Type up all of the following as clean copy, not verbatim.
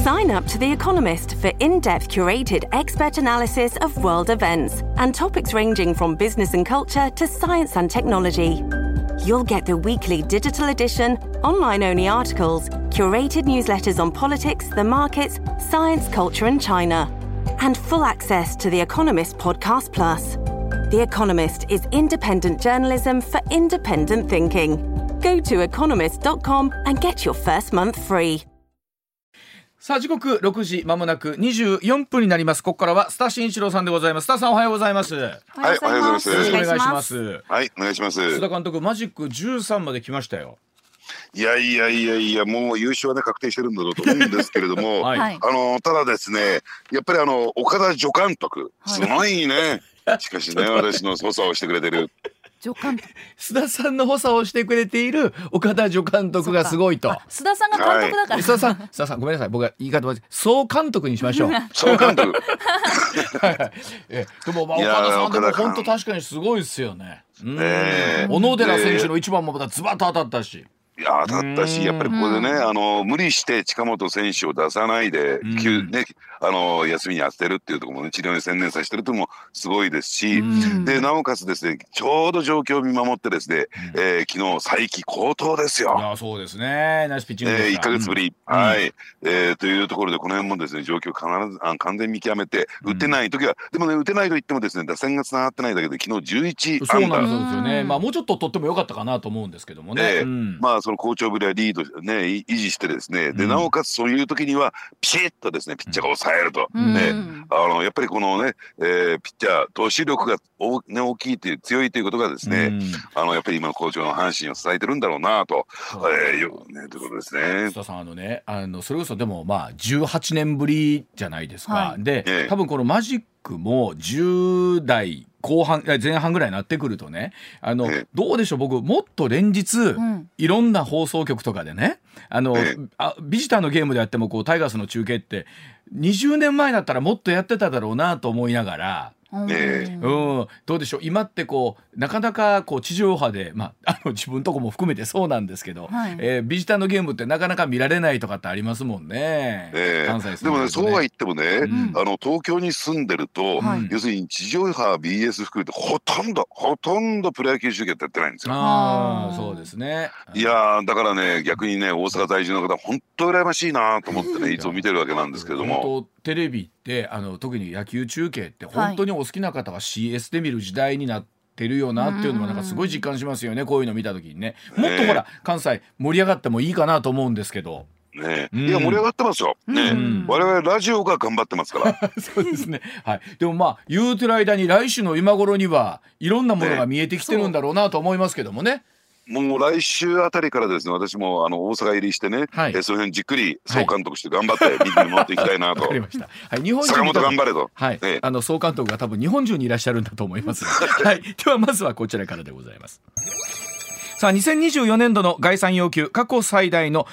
Sign up to The Economist for in-depth curated expert analysis of world events and topics ranging from business and culture to science and technology. You'll get the weekly digital edition, online-only articles, curated newsletters on politics, the markets, science, culture and China, and full access to The Economist Podcast Plus. The Economist is independent journalism for independent thinking. Go to economist.com and get your first month free. さあ時刻6時まもなく24分になります。ここからは須田慎一郎さんでございます。須田さんおはようございます。 はい、おはようございます。 よろしくお願いします。 はい、お願いします。 須田監督マジック13まで来ましたよ。 いやもう優勝はね確定してるんだろうと思うんですけれども、 はい、 ただですね、やっぱり岡田助監督すごいね、しかしね私の補佐をしてくれてる須田さんの補佐をしてくれている岡田助監督がすごいと。 須田さんが監督だから、 須田さんごめんなさい、僕は言い方は総監督にしましょう。 総監督でも岡田さんでも本当確かにすごいですよね。小野寺選手の一番もまたズバッと当たったし、 いや当たったし、やっぱりここでね無理して近本選手を出さないで休みに当てるっていうところも、ね、治療に専念させてるというのもすごいですし、でなおかつですねちょうど状況を見守ってですね、昨日才木好投ですよ。 いやそうですね、ナイスピッチングでした。 1ヶ月ぶり、はいというところでこの辺もですね状況必ず完全に見極めて、打てない時はでもね打てないと言ってもですね打線がつながってないだけで昨日11 そう安打。 なんですよね。まあもうちょっと取ってもよかったかなと思うんですけどもね。 まあその好調ぶりはリードね維持してですね、でなおかつそういう時にはピシッとですねピッチャーが抑えると、やっぱりこのね、ピッチャー投手力が大きいという強いということがですね、やっぱり今の好調の阪神を支えてるんだろうなと、ということですね。 須田さんそれこそでもまあ18年ぶりじゃないですか。で、多分このマジックも10代後半前半ぐらいになってくるとね、どうでしょう、僕もっと連日、いろんな放送局とかでねビジターのゲームであってもこうタイガースの中継って20年前だったらもっとやってただろうなと思いながら、どうでしょう今ってこうなかなかこう地上波で、自分とこも含めてそうなんですけど、ビジターのゲームってなかなか見られないとかってありますもんね。関西でもね、そうは言ってもね、東京に住んでると、要するに地上波 BS 含めてほとんどプロ野球中継ってやってないんですよ。 そうですね。 いやだからね逆にね大阪在住の方本当羨ましいなと思ってねいつも見てるわけなんですけれども、 テレビって特に野球中継って本当にお好きな方は CS で見る時代になってるよなっていうのもなんかすごい実感しますよね。こういうの見た時にね、もっとほら関西盛り上がってもいいかなと思うんですけどね、いや盛り上がってますよ、我々ラジオが頑張ってますからそうですね、でも言うてる間に来週の今頃にはいろんなものが見えてきてるんだろうなと思いますけどもね。 もう来週あたりからですね私も大阪入りしてね、その辺じっくり総監督して頑張って見てもらっていきたいなと。 わかりました。日本坂本頑張れと。 総監督が多分日本中にいらっしゃるんだと思います。ではまずはこちらからでございます。さあ2024年度の概算要求過去最大の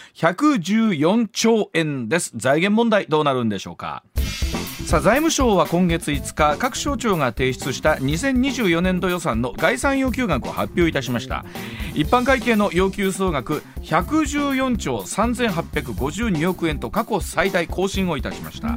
114兆円です。財源問題どうなるんでしょうか。さあ財務省は今月5日各省庁が提出した2024年度予算の概算要求額を発表いたしました。一般会計の要求総額114兆3852億円と過去最大更新をいたしました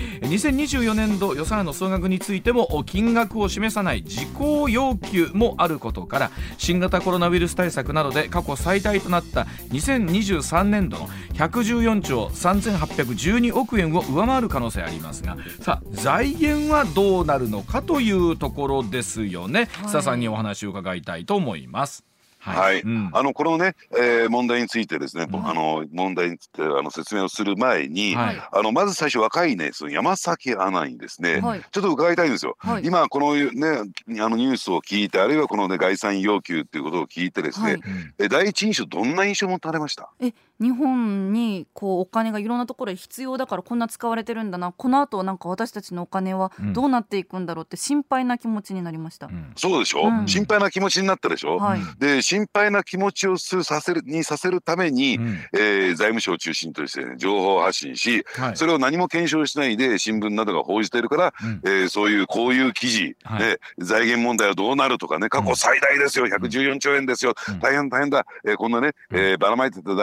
。2024年度予算案の総額についても金額を示さない事項要求もあることから新型コロナウイルス対策などで過去最大となった2023年度の114兆3812億円を上回る可能性ありますが、さあ財源はどうなるのかというところですよね。須田さんにお話を伺いたいと思います。このね、問題についてですね、問題について説明をする前に、まず最初若いねその山崎アナにですね、ちょっと伺いたいんですよ。今このねニュースを聞いて、あるいはこのね概算要求っていうことを聞いてですね、第一印象どんな印象を持たれました？ 日本にこうお金がいろんなところで必要だからこんな使われてるんだな、この後なんか私たちのお金はどうなっていくんだろうって心配な気持ちになりました。 そうでしょ、心配な気持ちになったでしょ、で心配な気持ちをさせるために、財務省を中心として、ね、情報を発信し、それを何も検証しないで新聞などが報じているから、こういう記事で、財源問題はどうなるとかね、過去最大ですよ114兆円ですよ、大変だ、こんなね、ばらまいてて大丈夫なの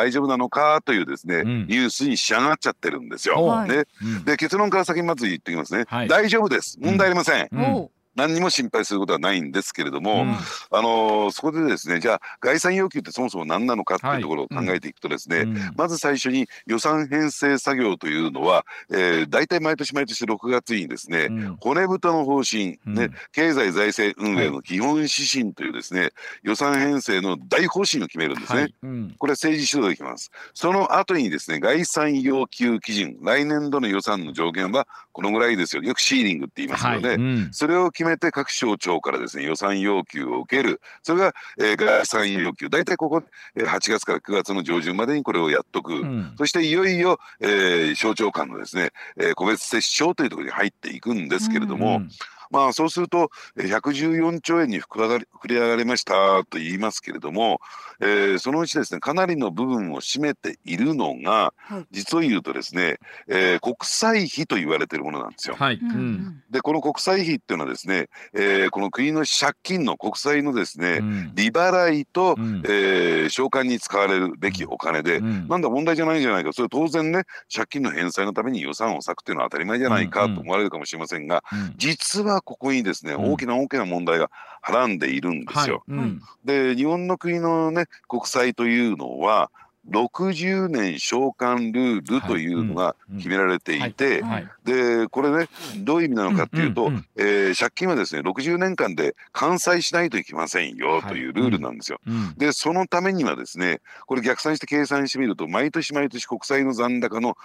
のかというですね、ニュースに仕上がっちゃってるんですよ。 はいね、で結論から先にまず言ってきますね。 はい大丈夫です。問題ありません。 おう何にも心配することはないんですけれども、そこでですね、じゃあ概算要求ってそもそも何なのかっていうところを考えていくとですね、まず最初に予算編成作業というのは、大体毎年毎年6月にですね、骨太の方針、ね、経済財政運営の基本指針というですね、予算編成の大方針を決めるんですね。これは政治主導できます。その後にですね、概算要求基準、来年度の予算の上限はこのぐらいですよ。よくシーリングって言いますので、それを決めて各省庁からですね予算要求を受ける。それが、概算要求。大体ここ8月から9月の上旬までにこれをやっとく。そしていよいよ、省庁間のですね、個別折衝というところに入っていくんですけれども、まあそうすると114兆円に膨れ上がりましたと言いますけれども、そのうちですねかなりの部分を占めているのが、実を言うとですね、国債費と言われているものなんですよ。でこの国債費っていうのはですね、この国の借金の国債のですね、利払いと、償還に使われるべきお金で、なんだ問題じゃないんじゃないか、それ当然ね借金の返済のために予算を割くっていうのは当たり前じゃないかと思われるかもしれませんが、実はここにですね大きな問題がはらんでいるんですよ。で日本の国のね国債というのは60年償還ルールというのが決められていて、でこれねどういう意味なのかっていうと、借金はですね60年間で完済しないといけませんよというルールなんですよ。でそのためにはですねこれ逆算して計算してみると毎年毎年国債の残高の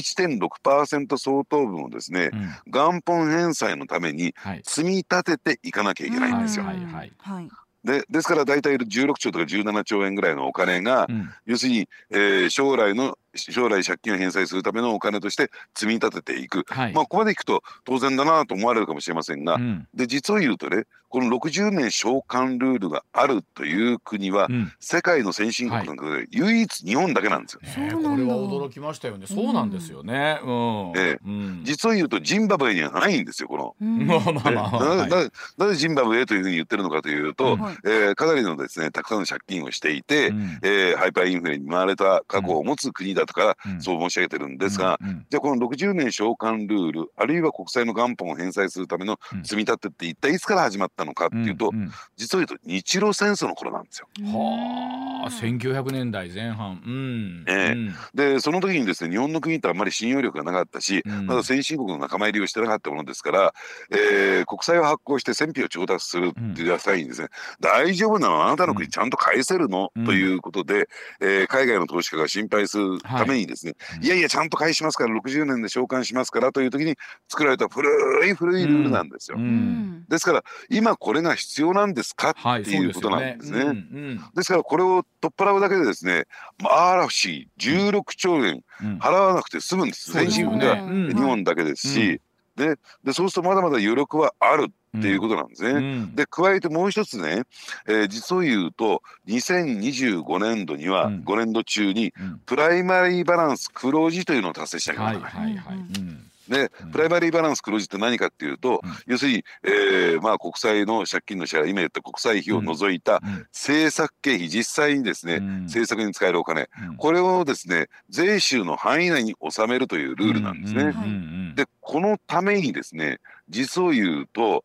1.6% 相当分をですね、元本返済のために積み立てていかなきゃいけないんですよ。ですから大体16兆とか17兆円ぐらいのお金が、要するに、将来借金を返済するためのお金として積み立てていく、まあここまでいくと当然だなと思われるかもしれませんが、で実を言うとねこの60年償還ルールがあるという国は、世界の先進国の中で唯一日本だけなんですよ。 これは驚きましたよね。そうなんですよね。 実を言うとジンバブエにはないんですよこの。なぜジンバブエというふうに言ってるのかというと、かなりのですねたくさんの借金をしていて、ハイパーインフレに見舞われた過去を持つ国だとから、そう申し上げてるんですが、じゃあこの60年償還ルールあるいは国債の元本を返済するための積み立てって一体いつから始まったのかっていうと、実を言うと日露戦争の頃なんですよ。 はあ、1900年代前半。 でその時にですね日本の国ってあんまり信用力がなかったし、まだ先進国の仲間入りをしてなかったものですから、国債を発行して戦費を調達するっていう際にですね、大丈夫なのあなたの国ちゃんと返せるの、ということで、海外の投資家が心配するためにですね、いやいやちゃんと返しますから60年で償還しますからという時に作られた古いルールなんですよ。ですから今これが必要なんですかっていうことなんですね。ですからこれを取っ払うだけでですねあら不思議16兆円払わなくて済むんです。先進国では日本だけですし、でそうするとまだまだ余力はあるっていうことなんですね。で加えてもう一つね、実を言うと2025年度には、5年度中にプライマリーバランス黒字というのを達成しなきゃいけない。でプライマリーバランス黒字って何かっていうと、要するに、まあ国債の借金の支払い、今言った国債費を除いた政策経費、実際にですね、政策に使えるお金、これをですね税収の範囲内に収めるというルールなんですね。でこのためにですね実を言うと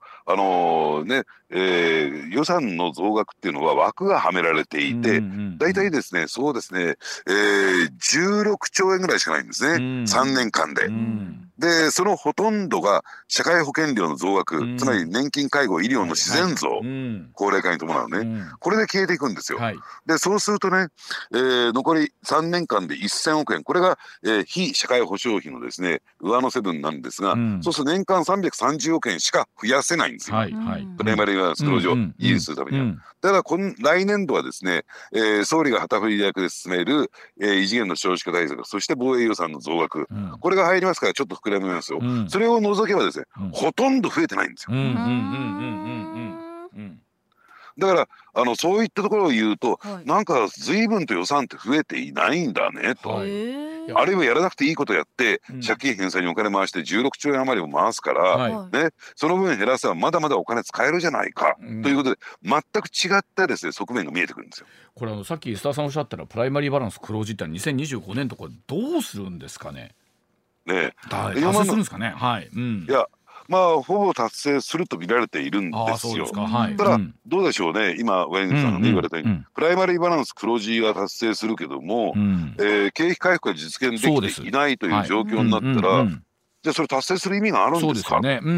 予算の増額っていうのは枠がはめられていて、大体ですねそうですね、16兆円ぐらいしかないんですね、3年間で。でそのほとんどが社会保険料の増額、つまり年金介護医療の自然増、高齢化に伴うね、これで消えていくんですよ。でそうするとね、残り3年間で1000億円、これが、非社会保障費のですね上乗せ分なんですが、そうすると年間330億円しか増やせないんですよ、プライマリーバランス黒字を維持するためには。だから来年度はですね、総理が旗振り役で進める、異次元の少子化対策、そして防衛予算の増額、これが入りますからちょっと膨らみますよ。それを除けばですね、ほとんど増えてないんですよ。だからそういったところを言うと、なんか随分と予算って増えていないんだねと。 あるいはやらなくていいことやって、借金返済にお金回して16兆円余りも回すから、ね、その分減らせばまだまだお金使えるじゃないか、ということで全く違ったですね側面が見えてくるんですよ。 これさっき須田さんおっしゃったらプライマリーバランス黒字って2025年とこれどうするんですかね。 ね、 達成するんですかね。はい、 いやほぼ達成すると見られているんですよ。ただどうでしょうね、今上西さんが言われたように、プライマリーバランス黒字は達成するけども、景気回復が実現できていないという状況になったら、じゃあそれ達成する意味があるんですか。そうですよ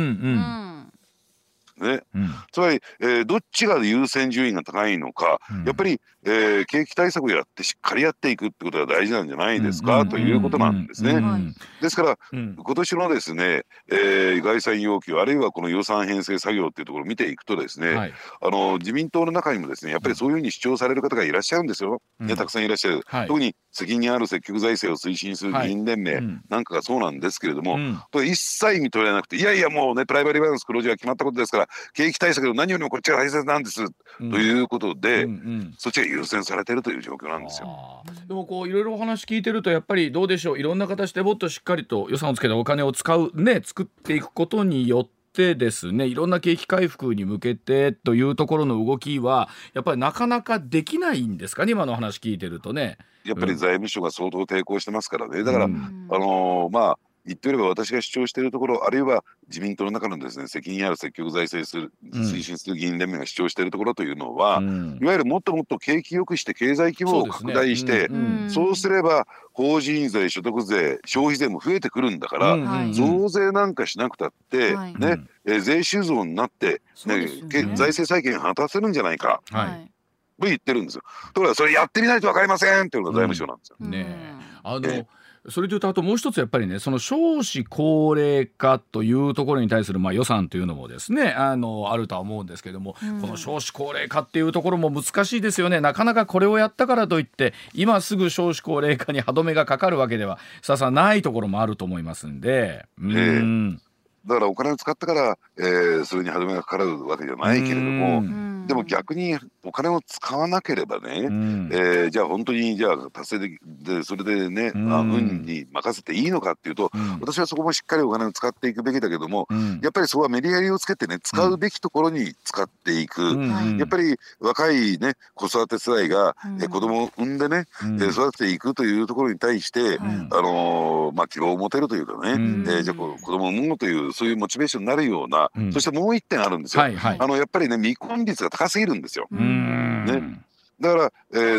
ね。つまり、どっちが優先順位が高いのか、やっぱり、景気対策をやってしっかりやっていくってことが大事なんじゃないですか、ということなんですね。ですから、今年のですね、概算要求あるいはこの予算編成作業っていうところを見ていくとですね、自民党の中にもですねやっぱりそういうふうに主張される方がいらっしゃるんですよ、たくさんいらっしゃる、特に責任ある積極財政を推進する議員連盟なんかがそうなんですけれども、これ一切認められなくて、いやいやもうねプライマリーバランス黒字は決まったことですから景気対策で何よりもこっちが大切なんですということで、そっちが優先されているという状況なんですよ。 でもこういろいろお話聞いてるとやっぱりどうでしょう、いろんな形でもっとしっかりと予算をつけたお金を使うね作っていくことによってですね、いろんな景気回復に向けてというところの動きはやっぱりなかなかできないんですかね、今の話聞いてるとね。 やっぱり財務省が相当抵抗してますからね。だから、言ってみれば私が主張しているところ、あるいは自民党の中のですね責任ある積極財政推進する議員連盟が主張しているところというのは、いわゆるもっともっと景気よくして経済規模を拡大して、そうすれば法人税所得税消費税も増えてくるんだから、増税なんかしなくたって、税収増になって、財政再建果たせるんじゃないか、と言ってるんですよ。ところがそれやってみないと分かりませんっていうのが財務省なんですよ。 それというとあともう一つやっぱりね、その少子高齢化というところに対する予算というのもですねあるとは思うんですけども、この少子高齢化っていうところも難しいですよね。なかなかこれをやったからといって今すぐ少子高齢化に歯止めがかかるわけではささないところもあると思いますんで、 だからお金を使ったから、それに歯止めがかかるわけじゃないけれども、でも逆にお金を使わなければね、じゃあ本当にじゃあ達成でそれでね運に任せていいのかっていうと、私はそこもしっかりお金を使っていくべきだけども、やっぱりそこはメリハリをつけてね使うべきところに使っていく、やっぱり若いね子育て世代が、子供を産んでね、育てていくというところに対して、希望を持てるというかね、じゃあ子供を産むというそういうモチベーションになるような、そしてもう一点あるんですよ。やっぱりね未婚率が高すぎるんですよ。だから、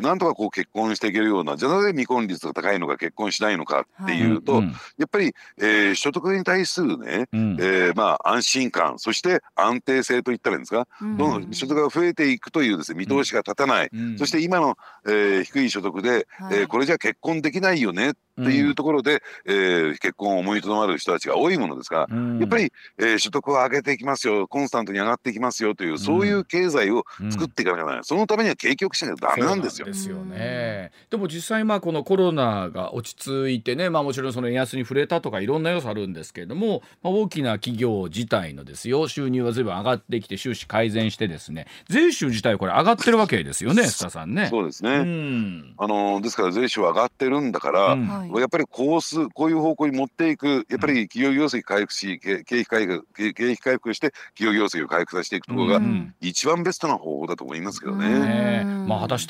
なんとかこう結婚していけるような、じゃあなぜ未婚率が高いのか結婚しないのかっていうと、やっぱり、所得に対するね、安心感、そして安定性といったらいいんですか、どんどん所得が増えていくというですね見通しが立たない、そして今の、低い所得で、これじゃ結婚できないよねっていうところで、結婚を思いとどまる人たちが多いものですが、やっぱり、所得を上げていきますよ、コンスタントに上がっていきますよという、そういう経済を作っていかなきゃならない。そのためには景気よくしなきゃダメなんですよ。 でも実際このコロナが落ち着いてね、もちろんその円安に触れたとかいろんな要素あるんですけれども、大きな企業自体のですよ収入は随分上がってきて収支改善してですね、税収自体これ上がってるわけですよね、須田さんね。 そうですね。ですから税収は上がってるんだから、やっぱりこういう方向に持っていく、やっぱり企業業績回復し景気回復して企業業績を回復させていくところが一番ベストな方法だと思いますけどね。 果たして、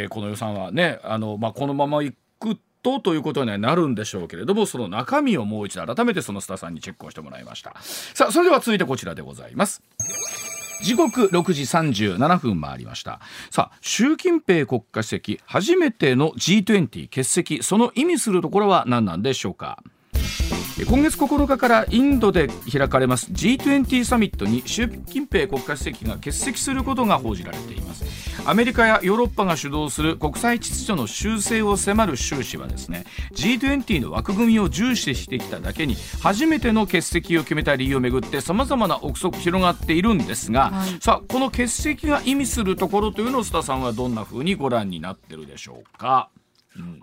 この予算はねこのままいくということになるんでしょうけれども、その中身をもう一度改めてその須田さんにチェックをしてもらいました。さあそれでは続いてこちらでございます。時刻6時37分回りました。さあ習近平国家主席初めての G20 欠席、その意味するところは何なんでしょうか。今月9日からインドで開かれます G20 サミットに習近平国家主席が欠席することが報じられています。アメリカやヨーロッパが主導する国際秩序の修正を迫る習氏はですね G20 の枠組みを重視してきただけに初めての欠席を決めた理由をめぐって様々な憶測広がっているんですが、さあこの欠席が意味するところというのを須田さんはどんな風にご覧になってるでしょうか。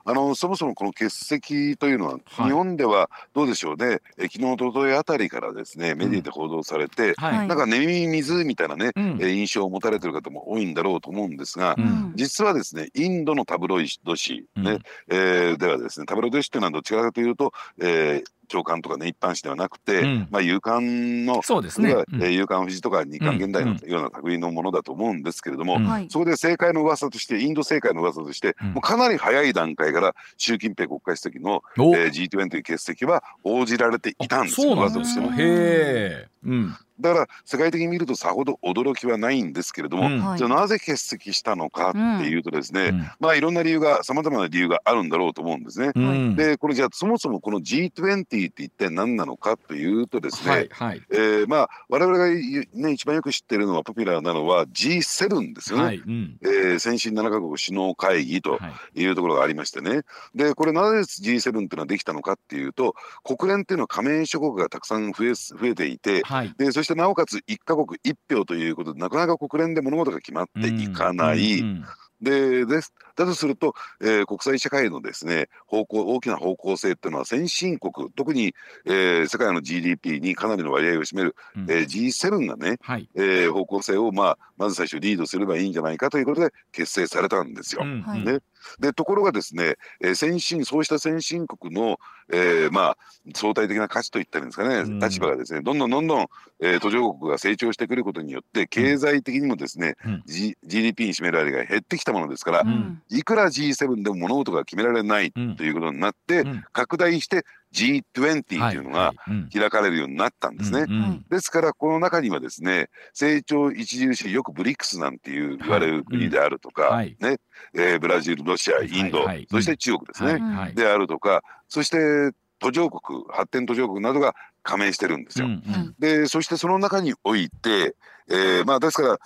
そもそもこの欠席というのは、 はい、 日本ではどうでしょうね、昨日一昨日あたりからですねメディアで報道されて、 はい、 なんか寝耳に水みたいなね、印象を持たれている方も多いんだろうと思うんですが、実はですねインドのタブロイド紙、ねではですね、タブロイド紙というのはどちらかというと、朝刊とかね一般紙ではなくて、夕刊のそうですね、 夕刊フジとか日刊現代のような類のものだと思うんですけれども、そこで政界の噂として、インド政界の噂として、もうかなり早い段階から習近平国家主席の、G20 欠席は応じられていたんですよ。 そうなんですよ。へー、 だから世界的に見るとさほど驚きはないんですけれども、じゃあなぜ欠席したのかっていうとですね、まあいろんな理由が、さまざまな理由があるんだろうと思うんですね。でこれじゃあそもそもこの G20 って一体何なのかというとですね、まあ我々が、ね、一番よく知っているのは、ポピュラーなのは G7 ですよね。先進7カ国首脳会議というところがありましてね、でこれなぜ G7 っていうのはできたのかっていうと、国連っていうのは加盟諸国がたくさん増えていて、でそしてなおかつ1カ国1票ということで、なかなか国連で物事が決まっていかない。だとすると、国際社会のですね大きな方向性っていうのは、先進国、特に、世界の GDP にかなりの割合を占める、G7 がね、方向性を、まず最初リードすればいいんじゃないかということで結成されたんですよ。でところがですね、そうした先進国の、相対的な価値といったらいいんですかね、立場がですねどんどん、途上国が成長してくることによって、経済的にもですね、GDP に占める割合が減ってきたものですから、いくら G7 でも物事が決められないということになって、拡大して G20 っていうのが開かれるようになったんですね。ですからこの中にはですね、成長著しい、よくブリックスなんていう言われる国であるとか、ね、ブラジル、ロシア、インド、そして中国ですね、であるとか、そして途上国、発展途上国などが加盟してるんですよ。でそしてその中において、ですから、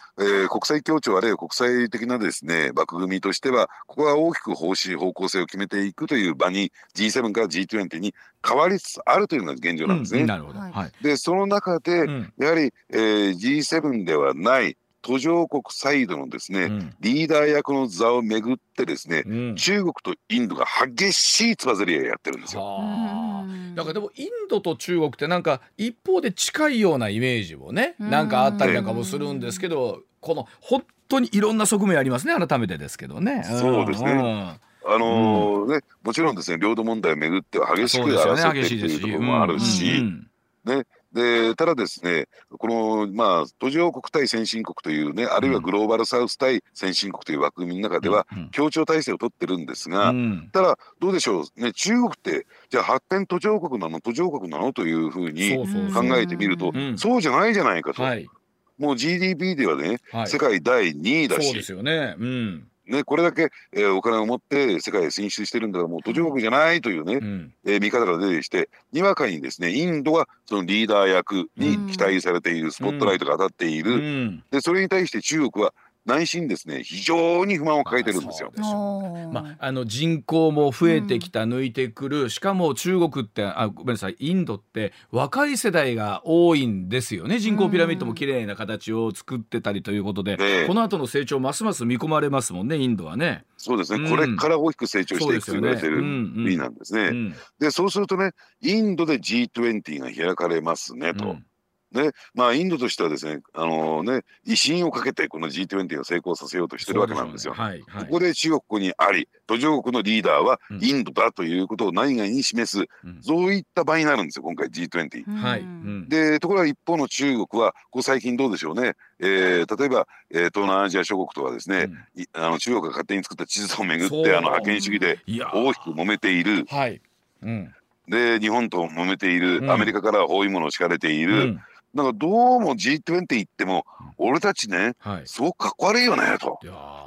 国際協調、あるいは国際的なですね枠組みとしては、ここは大きく方向性を決めていくという場に G7 から G20 に変わりつつあるというのが現状なんですね。でその中で、やはり、G7 ではない途上国サイドのですね、リーダー役の座をめぐってですね、中国とインドが激しいつばぜり合いやってるんですよ。 だからでもインドと中国ってなんか一方で近いようなイメージもね、なんかあったりなんかもするんですけど、この本当にいろんな側面ありますね、改めてですけどね。 そうですね。もちろんですね、領土問題をめぐっては激しく争っているというところもあるし、でただですね、この途上国対先進国というね、あるいはグローバルサウス対先進国という枠組みの中では協調体制を取ってるんですが、ただどうでしょうね、中国ってじゃあ発展途上国なのというふうに考えてみると、そうじゃないじゃないかと。もう GDP ではね、世界第2位だし、 そうですよね。 これだけ、お金を持って世界へ進出してるんだから、もう途上国じゃないというね、見方が出てきて、にわかにですねインドはそのリーダー役に期待されている、スポットライトが当たっている、でそれに対して中国は内心ですね非常に不満を抱えてるんですよ。 人口も増えてきた、抜いてくる、しかも中国ってごめんなさい、インドって若い世代が多いんですよね。人口ピラミッドも綺麗な形を作ってたりということで、この後の成長ますます見込まれますもんね、インドはね。 そうですね、これから大きく成長していくと言われている国なんですね。でそうするとね、インドで G20 が開かれますねと。でインドとしてはですね、威信をかけてこの G20 を成功させようとしてるわけなんですよ。ここで中国にあり、途上国のリーダーはインドだということを内外に示す、そういった場になるんですよ、今回 G20。でところが一方の中国は最近どうでしょうね、例えば、東南アジア諸国とはですね、中国が勝手に作った地図をめぐって覇権主義で大きく揉めている。で日本と揉めている、アメリカからは包囲網を敷かれている。なんかどうも G20 行っても俺たちね、すごくかっこ悪いよねと。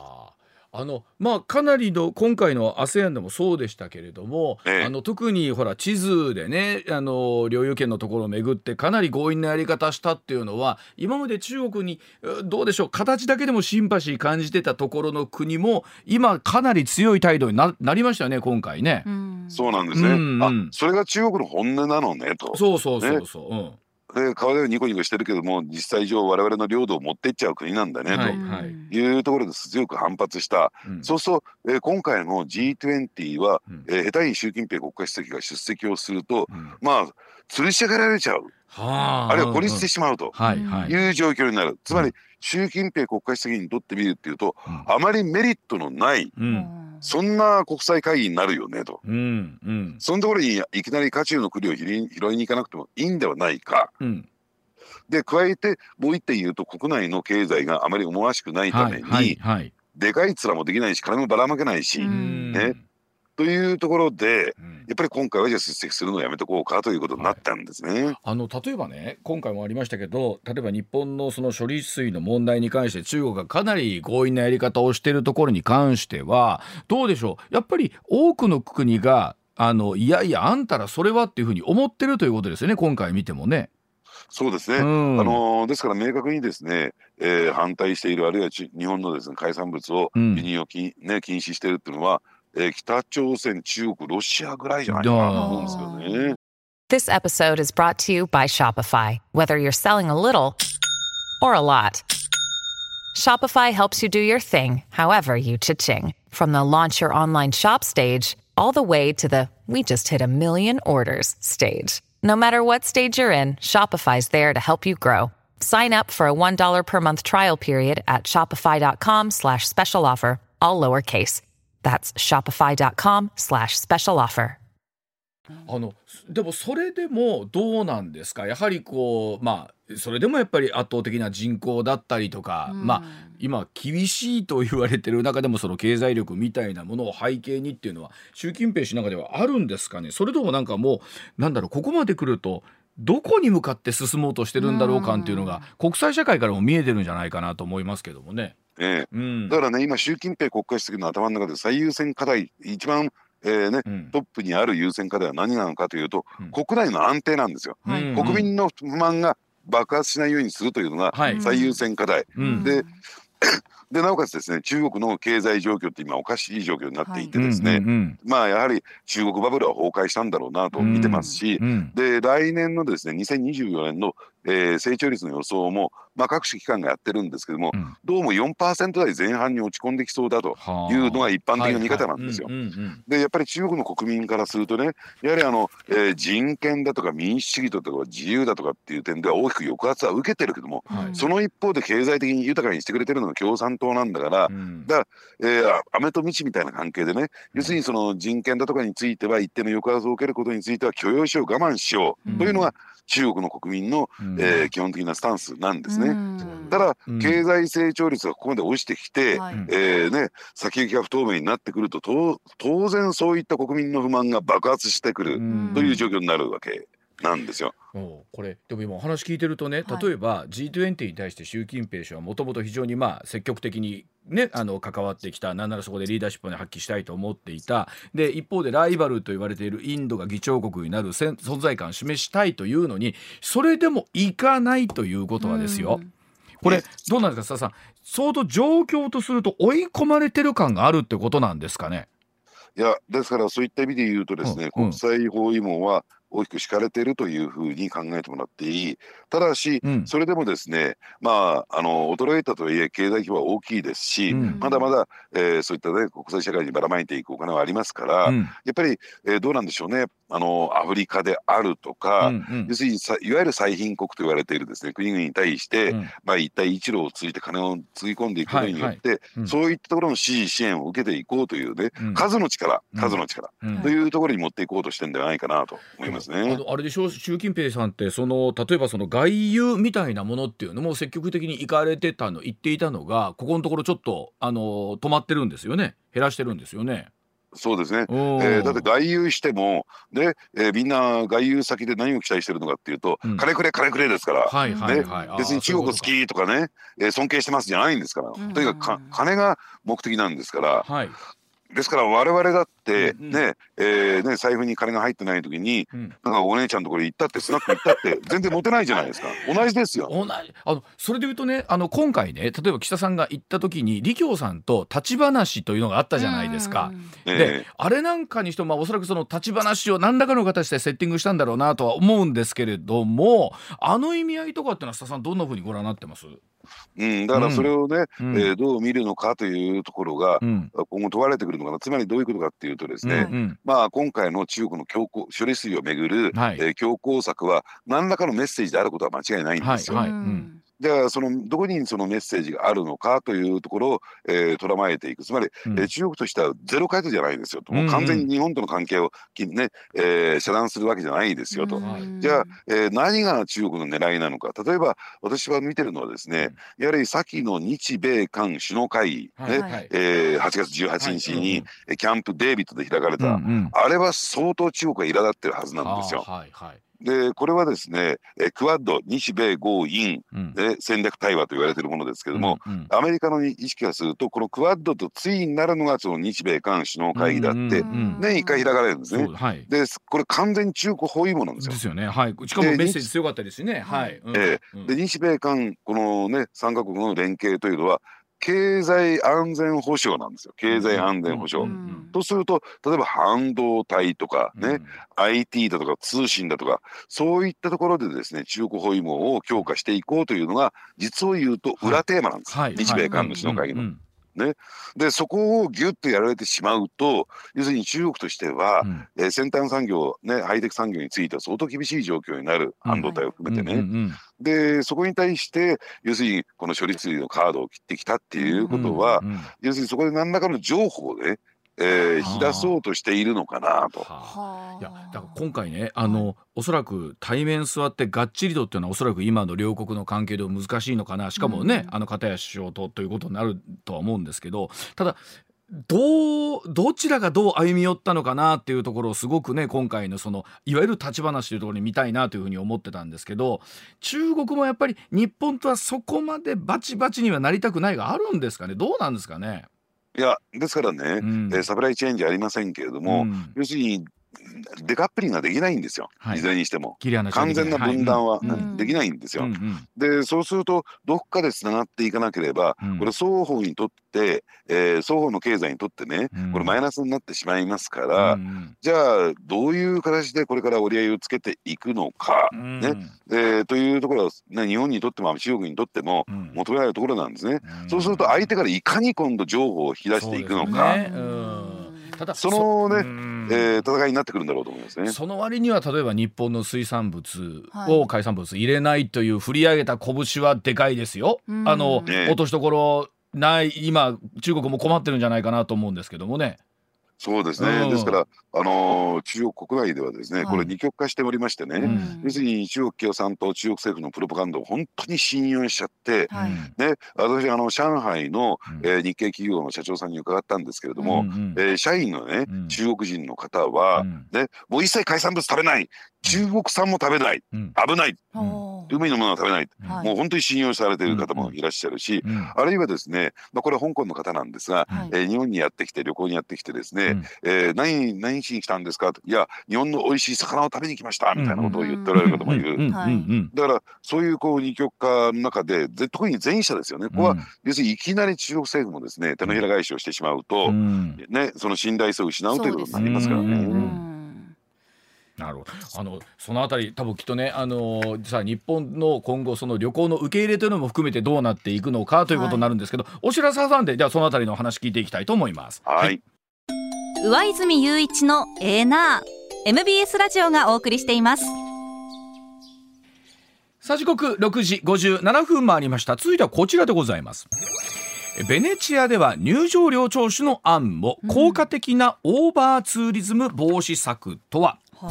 かなりの今回の ASEAN でもそうでしたけれども、特にほら地図でね、領有権のところをめぐってかなり強引なやり方したっていうのは、今まで中国にどうでしょう、形だけでもシンパシー感じてたところの国も今かなり強い態度に なりましたよね、今回ね。 そうなんですね。それが中国の本音なのねと。 そう。 顔ではニコニコしてるけども実際上我々の領土を持っていっちゃう国なんだね、 はいというところで強く反発した、そうすると、今回の G20 は、下手に習近平国家主席が出席をすると、まあ吊るし上げられちゃう、あるいは孤立してしまうという状況になる、つまり習近平国家主席にとってみるっていうと、あまりメリットのない、そんな国際会議になるよねと、そのところにいきなり渦中の栗を拾いに行かなくてもいいんではないか、で加えてもう一点言うと国内の経済があまり思わしくないために、でかい面もできないし金もばらまけないし、ね、というところで、やっぱり今回はじゃあ出席するのをやめとこうかということになったんですね。 例えばね今回もありましたけど、例えば日本のその処理水の問題に関して中国がかなり強引なやり方をしているところに関してはどうでしょう、やっぱり多くの国がいやいやあんたらそれはっていうふうに思ってるということですよね、今回見てもね。 そうですね、ですから明確にですね、反対しているあるいは日本のですね海産物を輸入を禁止しているっていうのは、北朝鮮、中国、ロシアぐらいじゃないかなと思うんですよね。 This episode is brought to you by Shopify. Whether you're selling a little or a lot, Shopify helps you do your thing, however you cha-ching. From the launch your online shop stage, all the way to the we just hit a million orders stage. No matter what stage you're in, Shopify's there to help you grow. Sign up for a $1 per month trial period at shopify.com/special offer, all lowercase. That's shopify.com/special offer. でもそれでもどうなんですか、やはりそれでもやっぱり圧倒的な人口だったりとか、今厳しいと言われてる中でもその経済力みたいなものを背景にっていうのは習近平氏の中ではあるんですかね。それとももうここまで来るとどこに向かって進もうとしてるんだろうかっていうのが国際社会からも見えてるんじゃないかなと思いますけどもね。 だからね今習近平国家主席の頭の中で最優先課題一番トップにある優先課題は何なのかというと、国内の安定なんですよ、国民の不満が爆発しないようにするというのが最優先課題、でなおかつですね中国の経済状況って今おかしい状況になっていてですね、やはり中国バブルは崩壊したんだろうなと見てますし、で来年のですね2024年の成長率の予想も、各種機関がやってるんですけども、どうも 4% 台前半に落ち込んできそうだというのが一般的な見方なんですよ。でやっぱり中国の国民からするとね、やはり人権だとか民主主義だとか自由だとかっていう点では大きく抑圧は受けてるけども、その一方で経済的に豊かにしてくれてるのが共産党なんだから、飴と鞭みたいな関係でね、要するにその人権だとかについては一定の抑圧を受けることについては許容しよう我慢しようというのが中国の国民の、基本的なスタンスなんですね。ただ経済成長率がここまで落ちてきて、先行きが不透明になってくると当然そういった国民の不満が爆発してくるという状況になるわけなんですよ。 これでも今お話聞いてるとね、例えば G20 に対して習近平氏はもともと非常に積極的にね関わってきた、なんならそこでリーダーシップを発揮したいと思っていた。で一方でライバルと言われているインドが議長国になる存在感を示したいというのに、それでもいかないということはですよ、これどうなんですか、須田さん、相当状況とすると追い込まれてる感があるってことなんですかね。 いやですからそういった意味で言うとですね、国際包囲網は大きく敷かれているというふうに考えてもらっていい。ただし、それでもですね衰えたとはいえ経済規模は大きいですし、まだまだ、そういったね国際社会にばらまいていくお金はありますから、やっぱり、どうなんでしょうね、アフリカであるとか、要するにいわゆる最貧国と言われているですね国々に対して、一帯一路を通じて金をつぎ込んでいくことによって、そういったところの支持支援を受けていこうというね、数の力というところに持っていこうとしてるんではないかなと思います。 あれでしょう、習近平さんって例えばその外遊みたいなものっていうのも積極的に言っていたのがここのところちょっと止まってるんですよね、減らしてるんですよね。 そうですね、だって外遊してもで、みんな外遊先で何を期待してるのかっていうと、金くれですから、別に中国好きとかね、尊敬してますじゃないんですから、とにかく金が目的なんですから、 ですから我々だってね、財布に金が入ってない時に、なんかお姉ちゃんところ行ったってスナック行ったって全然モテないじゃないですか。同じですよ。 それで言うとね、今回ね、例えば岸田さんが行った時に李強さんと立ち話というのがあったじゃないですか。であれなんかにしても、おそらくその立ち話を何らかの形でセッティングしたんだろうなとは思うんですけれども、意味合いとかってのは須田さんどんな風にご覧になってます？ だからそれをね、どう見るのかというところが、今後問われてくるのかな。つまりどういうことかっていうとですね、今回の中国の処理水をめぐる、強硬策は何らかのメッセージであることは間違いないんですよ。じゃあどこにそのメッセージがあるのかというところを、捉まえていく。つまり、中国としてはゼロ回答じゃないんですよと。もう完全に日本との関係を遮断するわけじゃないですよと。じゃあ、何が中国の狙いなのか。例えば私は見てるのはですね、やはり先の日米韓首脳会議、8月18日にキャンプデービッドで開かれた、あれは相当中国が苛立ってるはずなんですよ。でこれはですね、クアッド日米豪印で戦略対話と言われているものですけども、アメリカの意識がするとこのクアッドと対になるのがその日米韓首脳会議だって年1回開かれるんですね。でこれ完全に中国包囲網なんですよ。 ですよね。しかもメッセージ強かったですね。 で日米韓このね3カ国の連携というのは経済安全保障なんですよ。経済安全保障、とすると例えば半導体とかね、IT だとか通信だとかそういったところでですね、中国包囲網を強化していこうというのが実を言うと裏テーマなんです、日米韓の首脳会議の。でそこをギュッとやられてしまうと、要するに中国としては、先端産業、ハイテク産業については相当厳しい状況になる、半導体を含めてね。でそこに対して要するにこの処理水のカードを切ってきたっていうことは、要するにそこで何らかの情報で引き出そうとしているのかなと。 いやだから今回ね、おそらく対面座ってがっちりとっていうのはおそらく今の両国の関係でも難しいのかな。しかもね、片谷首相ということになるとは思うんですけど、ただどちらがどう歩み寄ったのかなっていうところをすごくね、今回のそのいわゆる立ち話というところに見たいなというふうに思ってたんですけど、中国もやっぱり日本とはそこまでバチバチにはなりたくないがあるんですかね。どうなんですかね。 いやですからね、サプライチェーンじゃありませんけれども、要するにデカップリングができないんですよ。いずれにしても完全な分断はできないんですよ。でそうするとどこかでつながっていかなければ、これ双方にとって、双方の経済にとってね、これマイナスになってしまいますから、じゃあどういう形でこれから折り合いをつけていくのか、というところは、日本にとっても中国にとっても求められるところなんですね。そうすると相手からいかに今度情報を引き出していくのか、ただそのね、戦いになってくるんだろうと思いますね。 その割には例えば日本の水産物を海産物入れないという振り上げた拳はでかいですよ。落としどころない今中国も困ってるんじゃないかなと思うんですけどもね。 そうですね。ですから中国国内ではですね、これ二極化しておりましてね、要するに中国共産党、中国政府のプロパガンダを本当に信用しちゃって、私上海の日系企業の社長さんに伺ったんですけれども、社員のね中国人の方はもう一切海産物食べない、中国産も食べない、危ない、海のものは食べない、もう本当に信用されている方もいらっしゃるし、あるいはですね、これは香港の方なんですが、日本にやってきて旅行にやってきてですね、何しに来たんですかと、いや日本の美味しい魚を食べに来ましたみたいなことを言っておられる方もいる。だからそういう二極化の中で特に前者ですよね。ここは要するにいきなり中国政府もですね手のひら返しをしてしまうと、その信頼性を失うということになりますからね。 なるほど。そのあたり多分きっとね、さあ日本の今後その旅行の受け入れというのも含めてどうなっていくのかということになるんですけど、お知らせ挟んでじゃあそのあたりの話聞いていきたいと思います。 上泉雄一のエーナー MBS ラジオがお送りしています。 さあ時刻6時57分回りました。続いてはこちらでございます。ベネチアでは入場料徴収の案も、効果的なオーバーツーリズム防止策とは、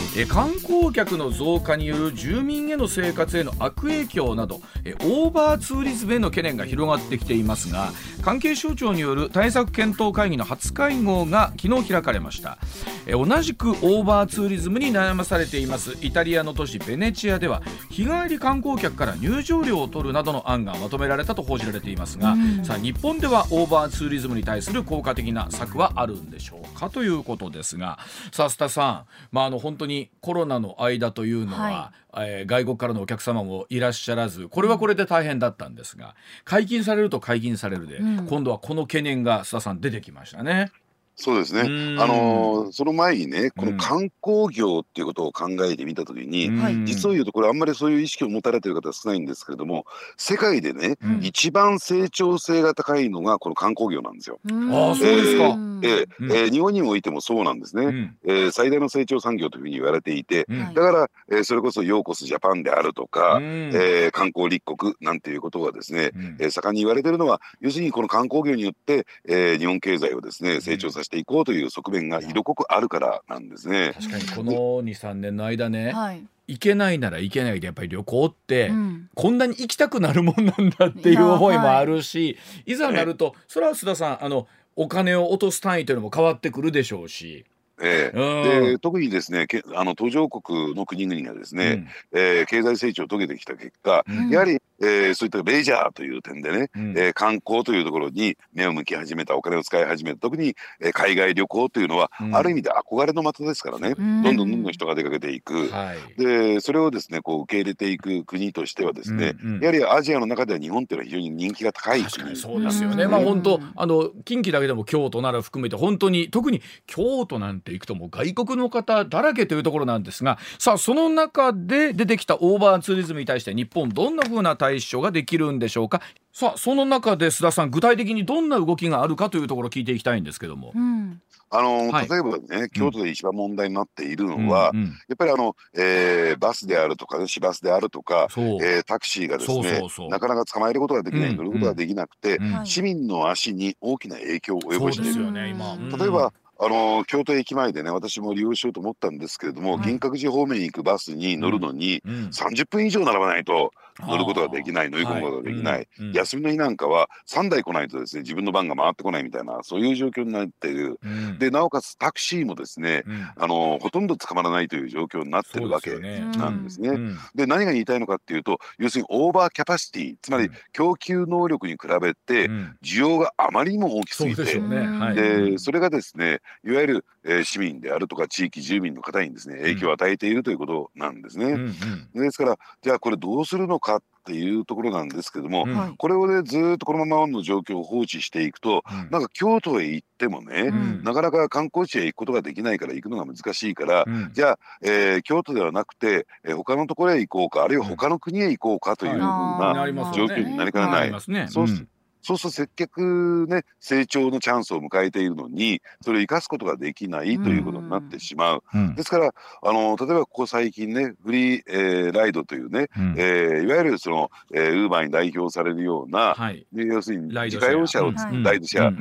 観光客の増加による住民への生活への悪影響などオーバーツーリズムへの懸念が広がってきていますが、関係省庁による対策検討会議の初会合が昨日開かれました。同じくオーバーツーリズムに悩まされていますイタリアの都市ベネチアでは、日帰り観光客から入場料を取るなどの案がまとめられたと報じられていますが、さあ日本ではオーバーツーリズムに対する効果的な策はあるんでしょうかということですが、さあ須田さん、本当にコロナの間というのは、外国からのお客様もいらっしゃらず、これはこれで大変だったんですが、解禁されると解禁されるで、今度はこの懸念が須田さん出てきましたね。 そうですね。その前にね、この観光業っていうことを考えてみたときに、実を言うとこれあんまりそういう意識を持たれている方は少ないんですけれども、世界でね、一番成長性が高いのがこの観光業なんですよ。 ああ、そうですか。 日本においてもそうなんですね。最大の成長産業というふうに言われていて、だから、それこそヨーコスジャパンであるとか、観光立国なんていうことがですね、盛んに言われているのは、要するにこの観光業によって、日本経済をですね成長させていこうという側面が色濃くあるからなんですね。 確かにこの 2,3 年の間ね、行けないなら行けないで、やっぱり旅行って、こんなに行きたくなるもんなんだっていう思いもあるし、いざなるとそれは須田さんお金を落とす単位というのも変わってくるでしょうし、 で特にですね途上国の国々がですね、経済成長を遂げてきた結果、やはり、そういったレジャーという点でね、観光というところに目を向き始めた、お金を使い始めた、特に、海外旅行というのは、ある意味で憧れの的ですからね、どんどん人が出かけていく、でそれをですねこう受け入れていく国としてはですね、やはりアジアの中では日本というのは非常に人気が高い国。 確かにそうですよね。本当近畿だけでも京都なら含めて本当に、特に京都なんて行くともう外国の方だらけというところなんですが、さあその中で出てきたオーバーツーリズムに対して日本どんな風な対処ができるんでしょうか。さあその中で須田さん、具体的にどんな動きがあるかというところを聞いていきたいんですけども、 例えばね、京都で一番問題になっているのは、やっぱりバスであるとかね、市バスであるとか、タクシーがですねなかなか捕まえることができない、乗ることができなくて、市民の足に大きな影響を及ぼしている。例えば京都駅前でね、私も利用しようと思ったんですけれども、銀閣寺方面に行くバスに乗るのに30分以上並ばないと乗ることができない、乗り込むことができない、休みの日なんかは3台来ないとですね自分の番が回ってこないみたいな、そういう状況になっている。でなおかつタクシーもですね、ほとんど捕まらないという状況になってるわけなんですね。で何が言いたいのかっていうと、要するにオーバーキャパシティ、つまり供給能力に比べて需要があまりにも大きすぎて、でそれがですねいわゆる、市民であるとか地域住民の方にですね影響を与えているということなんですね。ですからじゃあこれどうするのかっていうところなんですけども、これをねずっとこのままの状況を放置していくと、なんか京都へ行ってもね、なかなか観光地へ行くことができないから、行くのが難しいから、じゃあ、京都ではなくて、他のところへ行こうか、あるいは他の国へ行こうかというふうな状況になりかねない。そうすると接客ね、成長のチャンスを迎えているのに、それを生かすことができないということになってしまう。ですから例えばここ最近ね、フリー、ライドというね、いわゆるそのウーバーに代表されるような、要するに自家用車をライドシェア、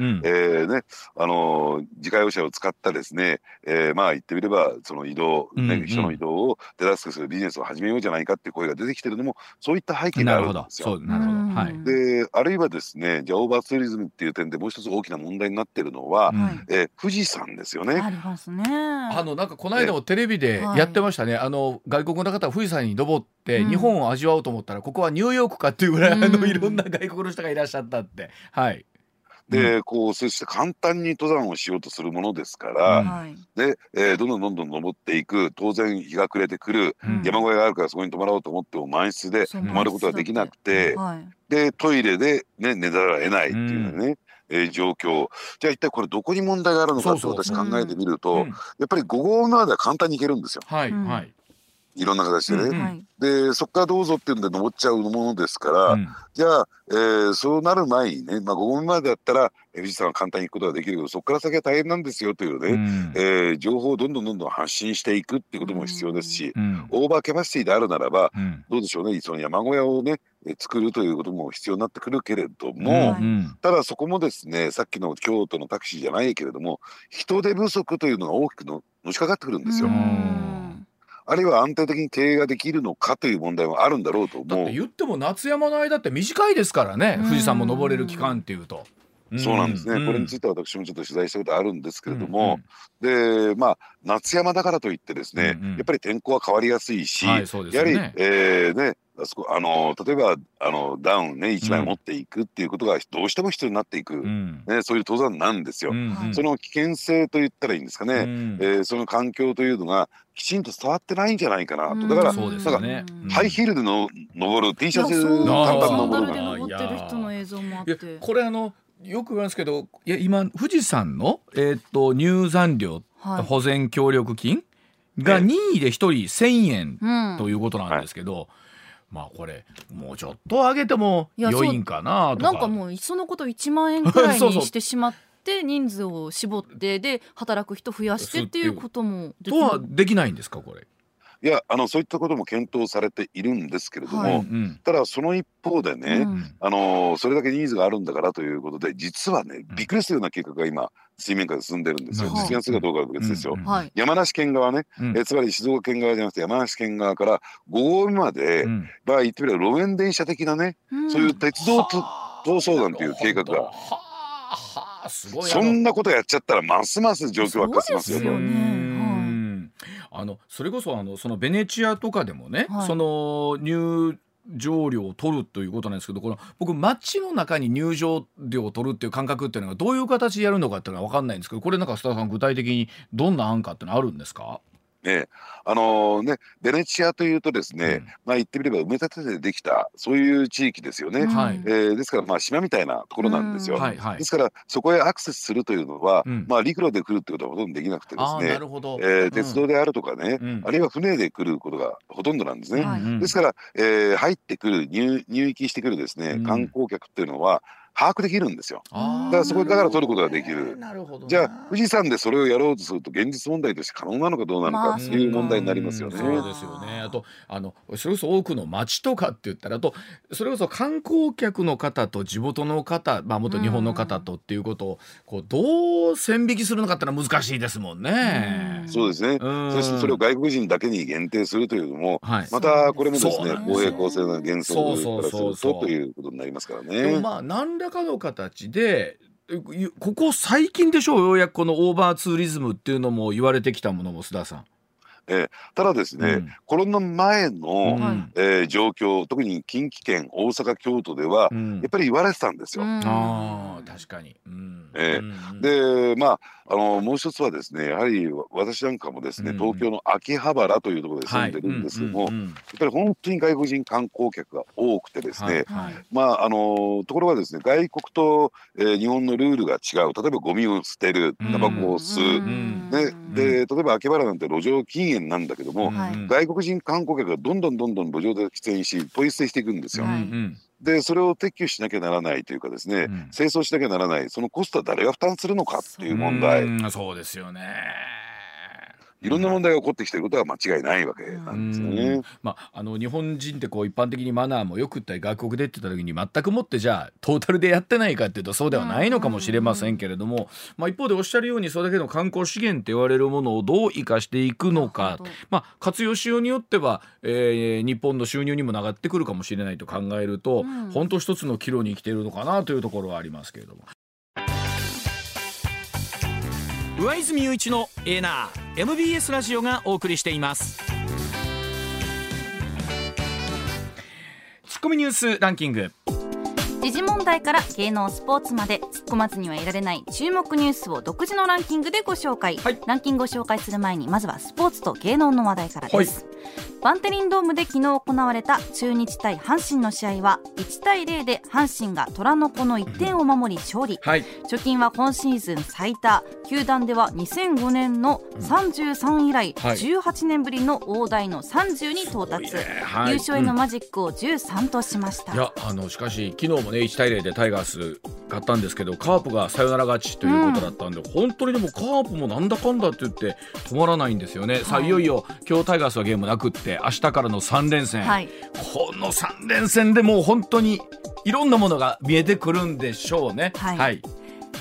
自家用車を使ったですね、言ってみればその移動、人の移動を手助けするビジネスを始めようじゃないかっていう声が出てきているのも、そういった背景があるんですよ。であるいはですね、じゃあオーバーツーリズムっていう点でもう一つ大きな問題になっているのは、富士山ですよね。 ありますね。 なんかこの間もテレビでやってましたね。外国の方は富士山に登って日本を味わおうと思ったら、ここはニューヨークかっていうぐらいいろんな外国の人がいらっしゃったって。 でそして簡単に登山をしようとするものですから、で、どんどん登っていく、当然日が暮れてくる、山小屋があるからそこに泊まろうと思っても満室で泊まることができなくて、でトイレで、寝ざるを得ないっていうね、状況。じゃあ一体これどこに問題があるのかって私考えてみると、やっぱり5合目までは簡単に行けるんですよ。いろんな形でね。でそこからどうぞっていうんで登っちゃうものですから、じゃあ、そうなる前にね、5合目までだったら富士山は簡単に行くことができるけど、そこから先は大変なんですよというね、情報をどんどん発信していくっていうことも必要ですし、オーバーキャパシティであるならば、どうでしょうね、その山小屋をね作るということも必要になってくるけれども、ただそこもですね、さっきの京都のタクシーじゃないけれども、人手不足というのが大きくのしかかってくるんですよ。 あるいは安定的に経営ができるのかという問題はあるんだろうと思う。 だって言っても夏山の間って短いですからね、富士山も登れる期間っていうと。 そうなんですね、これについては私もちょっと取材したことあるんですけれども、で夏山だからといってですね、やっぱり天候は変わりやすいし、やはり例えばダウンね1枚持っていくっていうことがどうしても必要になっていく、そういう登山なんですよ。その危険性と言ったらいいんですかね、その環境というのがきちんと伝わってないんじゃないかなと。だからハイヒールで登る T シャツ短パン登る登ってる人の映像もあって、 これよく言われますけど、いや今富士山の、入山料、保全協力金が任意で1人1000円ということなんですけど、これもうちょっと上げても良いんかなとか、 なんかもういっそのこと1万円くらいにしてしまって人数を絞ってで働く人増やしてっていうこともできないんですかこれ。 いやそういったことも検討されているんですけれども、ただその一方でね、それだけニーズがあるんだからということで、実はねびっくりするような計画が今水面下で進んでるんですよ。実現するかどうかは別ですよ。山梨県側ね、つまり静岡県側じゃなくて山梨県側から5合目まで、言ってみれば路面電車的なね、そういう鉄道闘争団という計画が、そんなことやっちゃったらますます状況悪化しますよ。 それこそそのベネチアとかでもね、その入場料を取るということなんですけど、僕街の中に入場料を取るっていう感覚っていうのがどういう形でやるのかっていうのは分かんないんですけど、これなんか須田さん具体的にどんな案かってのあるんですか？ ベネチアというとですね、言ってみれば埋め立てでできたそういう地域ですよね。ですから島みたいなところなんですよ。ですからそこへアクセスするというのは、陸路で来るってことはほとんどできなくてですね、鉄道であるとかね、あるいは船で来ることがほとんどなんですね。ですから、入ってくる入域してくるですね観光客っていうのは把握できるんですよ。だからそこだから取ることができる。じゃあ富士山でそれをやろうとすると現実問題として可能なのかどうなのかっていう問題になりますよね。 そうですよね。あとそれこそ多くの町とかって言ったら、それこそ観光客の方と地元の方、元日本の方とっていうことをどう線引きするのかってのは難しいですもんね。 そうですね。そしてそれを外国人だけに限定するというのも、またこれもですね公平公正な原則からするとということになりますからね。 でも何らかの形でここ最近でしょう、ようやくこのオーバーツーリズムっていうのも言われてきたものも須田さん。 ただですね、コロナ前の、状況、特に近畿圏大阪京都では、やっぱり言われてたんですよ。 確かに。 でもう一つはですね、やはり私なんかもですね、東京の秋葉原というところで住んでるんですけども、やっぱり本当に外国人観光客が多くてですね、ところがですね外国と、日本のルールが違う。例えばゴミを捨てる、タバコを吸う、で例えば秋葉原なんて路上禁煙なんだけども、外国人観光客がどんどん路上で喫煙しポイ捨てしていくんですよ。でそれを撤去しなきゃならないというかですね、清掃しなきゃならない、そのコストは誰が負担するのかっていう問題、 そうですよね。 いろんな問題が起こってきていることは間違いないわけなんですよね。 日本人って一般的にマナーもよくって外国でって言った時に全くもってじゃあトータルでやってないかっていうとそうではないのかもしれませんけれども、一方でおっしゃるようにそれだけの観光資源って言われるものをどう生かしていくのか、活用しようによっては、日本の収入にも上がってくるかもしれないと考えると、本当一つの岐路に来ているのかなというところはありますけれども。上泉雄一のエーナー MBS ラジオがお送りしています。ツッコミニュースランキング。 時事問題から芸能スポーツまで突っ込まずにはいられない注目ニュースを独自のランキングでご紹介、ランキングを紹介する前にまずはスポーツと芸能の話題からです。バンテリンドームで昨日行われた中日対阪神の試合は1対0で阪神が虎の子の1点を守り勝利、貯金は今シーズン最多、球団では2005年の33以来、18年ぶりの大台の30に到達、優勝へのマジックを13としました。 しかし昨日もね1対0でタイガース勝ったんですけど、カープがサヨナラ勝ちということだったんで、本当にでもカープもなんだかんだって言って止まらないんですよね。さあいよいよ今日タイガースはゲームなくって明日からの3連戦、この3連戦でもう本当にいろんなものが見えてくるんでしょうね。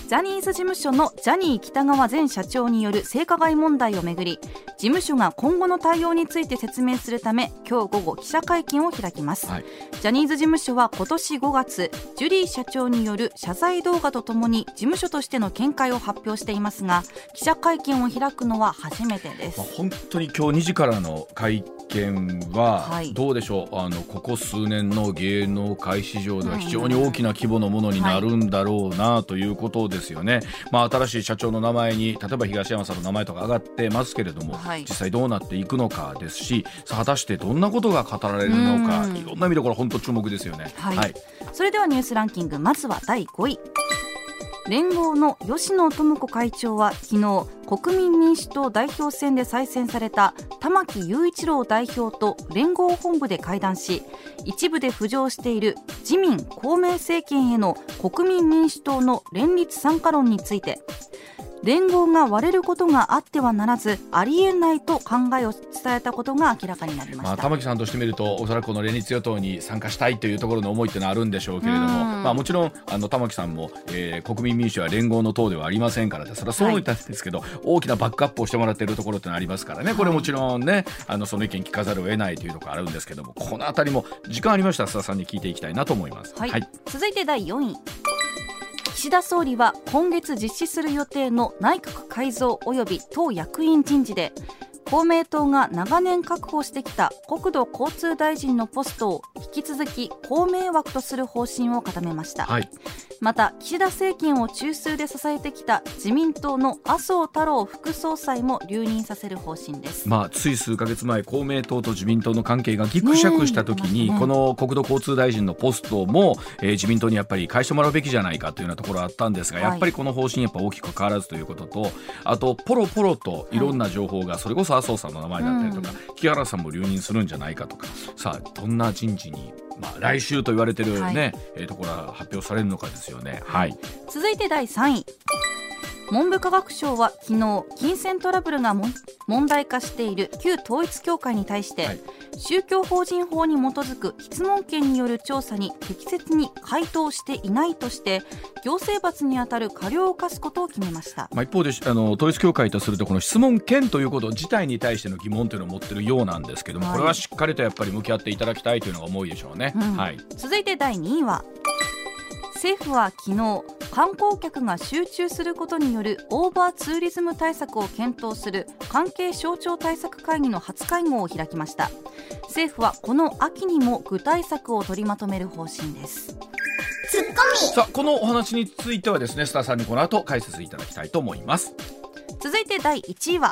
ジャニーズ事務所のジャニー喜多川前社長による性加害問題をめぐり、事務所が今後の対応について説明するため今日午後記者会見を開きます、はい、ジャニーズ事務所は今年5月ジュリー社長による謝罪動画とともに事務所としての見解を発表していますが、記者会見を開くのは初めてです。 本当に今日2時からの会見はどうでしょう、ここ数年の芸能界市場では非常に大きな規模のものになるんだろうなということですよね、新しい社長の名前に例えば東山さんの名前とか上がってますけれども、実際どうなっていくのかですし、果たしてどんなことが語られるのか、いろんな意味でこれ本当注目ですよね。 それではニュースランキング、まずは第5位。連合の吉野智子会長は昨日、国民民主党代表選で再選された玉木雄一郎代表と連合本部で会談し、一部で浮上している自民公明政権への国民民主党の連立参加論について、連合が割れることがあってはならずありえないと考えを伝えたことが明らかになりました。 玉木さんとしてみるとおそらくこの連立与党に参加したいというところの思いっていうのはあるんでしょうけれども、もちろん玉木さんも、国民民主は連合の党ではありませんから、それはそう言ったんですけど、大きなバックアップをしてもらっているところってのはありますからね、これもちろんね、その意見聞かざるを得ないというところあるんですけども、このあたりも時間ありましたら須田さんに聞いていきたいなと思います。 続いて第4位。岸田総理は今月実施する予定の内閣改造及び党役員人事で、公明党が長年確保してきた国土交通大臣のポストを引き続き公明枠とする方針を固めました、また岸田政権を中枢で支えてきた自民党の麻生太郎副総裁も留任させる方針です。 つい数ヶ月前、公明党と自民党の関係がギクシャクした時に、この国土交通大臣のポストも、自民党にやっぱり返してもらうべきじゃないかというようなところがあったんですが、やっぱりこの方針やっぱ大きく変わらずということと、あとポロポロといろんな情報が、それこそ麻生さんの名前だったりとか、木原さんも留任するんじゃないかとか、さあどんな人事に来週と言われてるところが発表されるのかですよね。 続いて第3位。文部科学省は昨日、金銭トラブルが問題化している旧統一教会に対して、宗教法人法に基づく質問権による調査に適切に回答していないとして行政罰にあたる過料を課すことを決めました。 一方で統一教会とするとこの質問権ということ自体に対しての疑問というのを持っているようなんですけども、これはしっかりとやっぱり向き合っていただきたいというのが思いでしょうね。 続いて第2位は、政府は昨日、観光客が集中することによるオーバーツーリズム対策を検討する関係省庁対策会議の初会合を開きました。政府はこの秋にも具体策を取りまとめる方針です。 ツッコミ。 さあ、このお話についてはですね、須田さんにこの後解説いただきたいと思います。 続いて第1位は、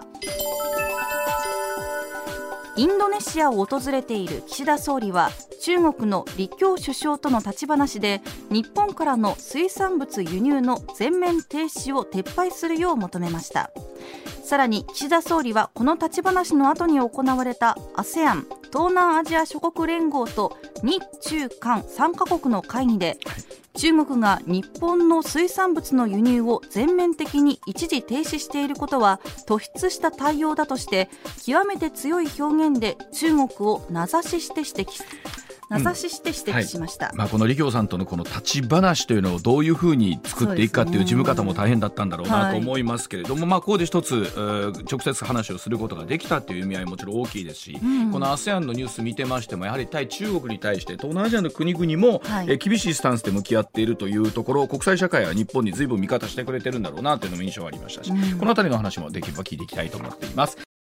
インドネシアを訪れている岸田総理は中国の李強首相との立ち話で、日本からの水産物輸入の全面停止を撤廃するよう求めました。さらに岸田総理はこの立ち話の後に行われた ASEAN 東南アジア諸国連合と日中韓3カ国の会議で、中国が日本の水産物の輸入を全面的に一時停止していることは突出した対応だとして、極めて強い表現で中国を名指しして指摘しました。 この李強さんとのこの立ち話というのをどういうふうに作っていくかという事務方も大変だったんだろうなと思いますけれども、ここで一つ直接話をすることができたという意味合いももちろん大きいですし、この ASEAN のニュース見てましても、やはり対中国に対して東南アジアの国々も、厳しいスタンスで向き合っているというところ、国際社会は日本に随分味方してくれてるんだろうなというのも印象がありましたし、このあたりの話もできれば聞いていきたいと思っています。